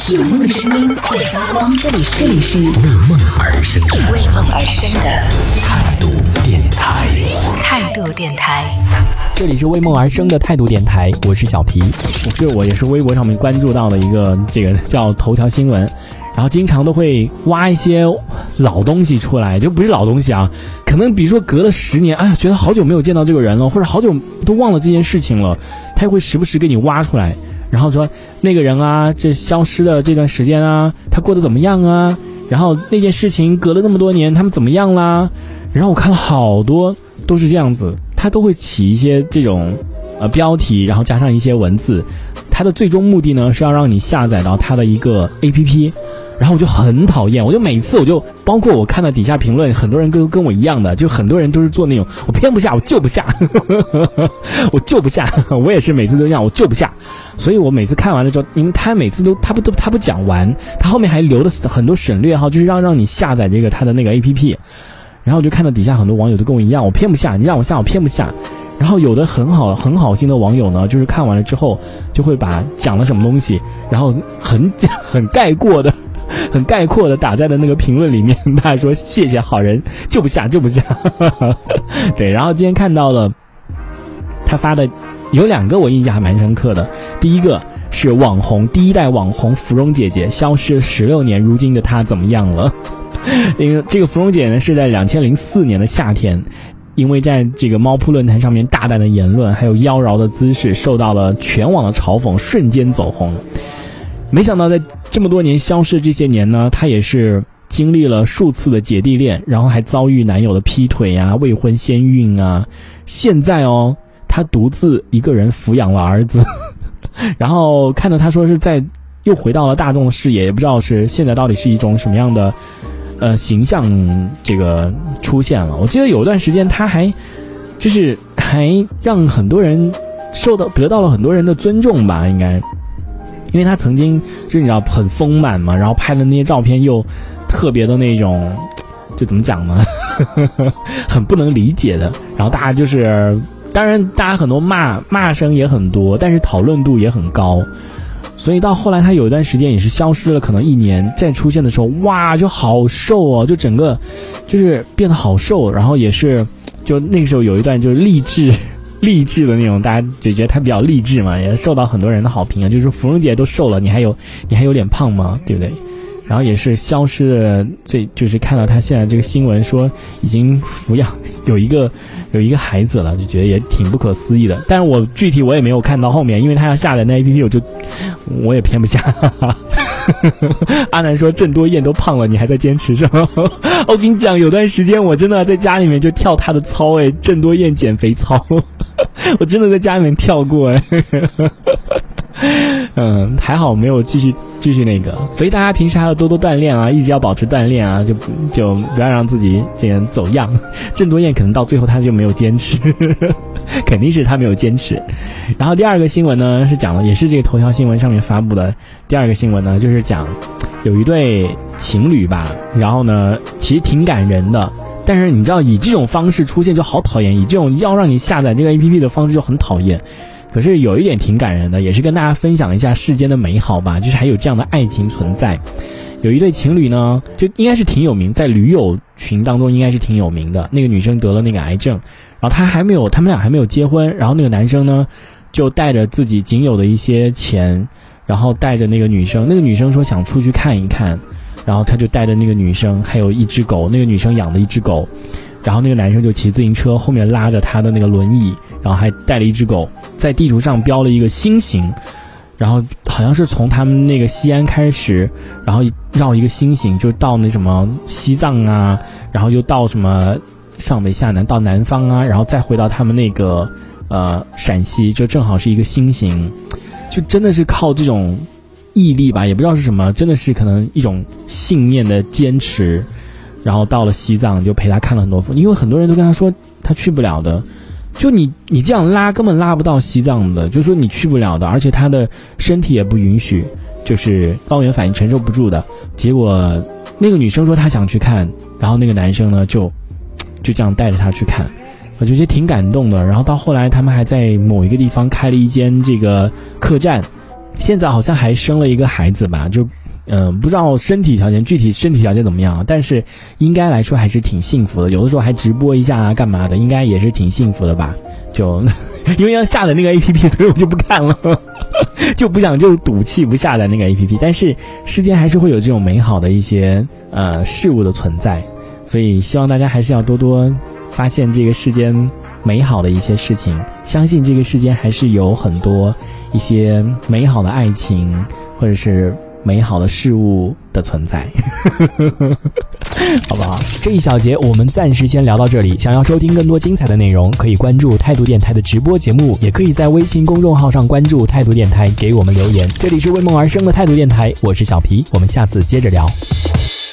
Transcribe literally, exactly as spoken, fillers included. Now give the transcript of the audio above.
有梦的声音会发光，这里是这里是为梦而生的为梦而生的态度电台。态度电台， 这里是为梦而生的态度电台，我是小皮。这我也是微博上面关注到的一个这个叫头条新闻，然后经常都会挖一些老东西出来，就不是老东西啊，可能比如说隔了十年，哎呀，觉得好久没有见到这个人了，或者好久都忘了这件事情了，他会时不时给你挖出来，然后说那个人啊，这消失的这段时间啊，他过得怎么样啊？然后那件事情隔了那么多年，他们怎么样啦？然后我看了好多都是这样子，他都会起一些这种呃标题，然后加上一些文字，他的最终目的呢是要让你下载到他的一个 A P P。然后我就很讨厌，我就每次我就包括我看到底下评论，很多人跟跟我一样的，就很多人都是做那种我偏不下，我救不下，我救不下，我也是每次都这样，我救不下。所以我每次看完了之后，因为他每次都他不都他不讲完，他后面还留了很多省略号，就是让让你下载这个他的那个 A P P。然后我就看到底下很多网友都跟我一样，我偏不下，你让我下我偏不下。然后有的很好很好心的网友呢，就是看完了之后就会把讲了什么东西，然后很很概括的。很概括的打在了那个评论里面，他说谢谢好人，救不下救不下对，然后今天看到了他发的有两个我印象还蛮深刻的，第一个是网红第一代网红芙蓉姐姐消失十六年，如今的她怎么样了因为这个芙蓉姐呢是在两千零四年的夏天，因为在这个猫扑论坛上面大胆的言论还有妖娆的姿势受到了全网的嘲讽，瞬间走红。没想到在这么多年消失这些年呢，她也是经历了数次的姐弟恋，然后还遭遇男友的劈腿啊，未婚先孕啊，现在哦她独自一个人抚养了儿子然后看到她说是在又回到了大众的视野，也不知道是现在到底是一种什么样的呃形象这个出现了。我记得有一段时间她还就是还让很多人受到得到了很多人的尊重吧，应该因为他曾经就是你知道很丰满嘛，然后拍的那些照片又特别的那种，就怎么讲呢很不能理解的，然后大家就是当然大家很多骂骂声也很多，但是讨论度也很高，所以到后来他有一段时间也是消失了可能一年，再出现的时候哇就好瘦哦，就整个就是变得好瘦，然后也是就那个时候有一段就是励志励志的那种，大家就觉得他比较励志嘛，也受到很多人的好评啊，就是芙蓉姐都瘦了，你还有你还有脸胖吗？对不对？然后也是消失的，这就是看到他现在这个新闻说已经抚养有一个有一个孩子了，就觉得也挺不可思议的。但是我具体我也没有看到后面，因为他要下载那 A P P， 我就我也偏不下阿南说郑多燕都胖了，你还在坚持什么？我跟你讲，有段时间我真的在家里面就跳他的操，哎，郑多燕减肥操我真的在家里面跳过哎嗯，还好没有继续继续那个，所以大家平时还要多多锻炼啊，一直要保持锻炼啊，就就不要让自己这样走样。郑多燕可能到最后他就没有坚持肯定是他没有坚持。然后第二个新闻呢是讲了，也是这个头条新闻上面发布的第二个新闻呢，就是讲有一对情侣吧，然后呢其实挺感人的，但是你知道以这种方式出现就好讨厌，以这种要让你下载这个 A P P 的方式就很讨厌。可是有一点挺感人的，也是跟大家分享一下世间的美好吧，就是还有这样的爱情存在。有一对情侣呢，就应该是挺有名，在驴友群当中应该是挺有名的。那个女生得了那个癌症，然后他还没有，他们俩还没有结婚，然后那个男生呢，就带着自己仅有的一些钱，然后带着那个女生，那个女生说想出去看一看，然后他就带着那个女生，还有一只狗，那个女生养的一只狗，然后那个男生就骑自行车，后面拉着他的那个轮椅，然后还带了一只狗，在地图上标了一个心形，然后好像是从他们那个西安开始，然后绕一个心形就到那什么西藏啊，然后又到什么上北下南到南方啊，然后再回到他们那个呃陕西，就正好是一个心形，就真的是靠这种毅力吧，也不知道是什么，真的是可能一种信念的坚持，然后到了西藏就陪他看了很多风，因为很多人都跟他说他去不了的，就你你这样拉根本拉不到西藏的，就说你去不了的，而且他的身体也不允许，就是高原反应承受不住的。结果那个女生说她想去看，然后那个男生呢就就这样带着她去看，我觉得挺感动的。然后到后来他们还在某一个地方开了一间这个客栈， 现在好像还生了一个孩子吧，就嗯、呃，不知道身体条件具体身体条件怎么样，但是应该来说还是挺幸福的，有的时候还直播一下啊干嘛的，应该也是挺幸福的吧。就因为要下载那个 A P P， 所以我就不看了就不想就赌气不下载那个 A P P， 但是世间还是会有这种美好的一些呃事物的存在，所以希望大家还是要多多发现这个世间美好的一些事情，相信这个世间还是有很多一些美好的爱情或者是美好的事物的存在好不好？这一小节我们暂时先聊到这里，想要收听更多精彩的内容，可以关注态度电台的直播节目，也可以在微信公众号上关注态度电台给我们留言。这里是为梦而生的态度电台，我是小皮，我们下次接着聊。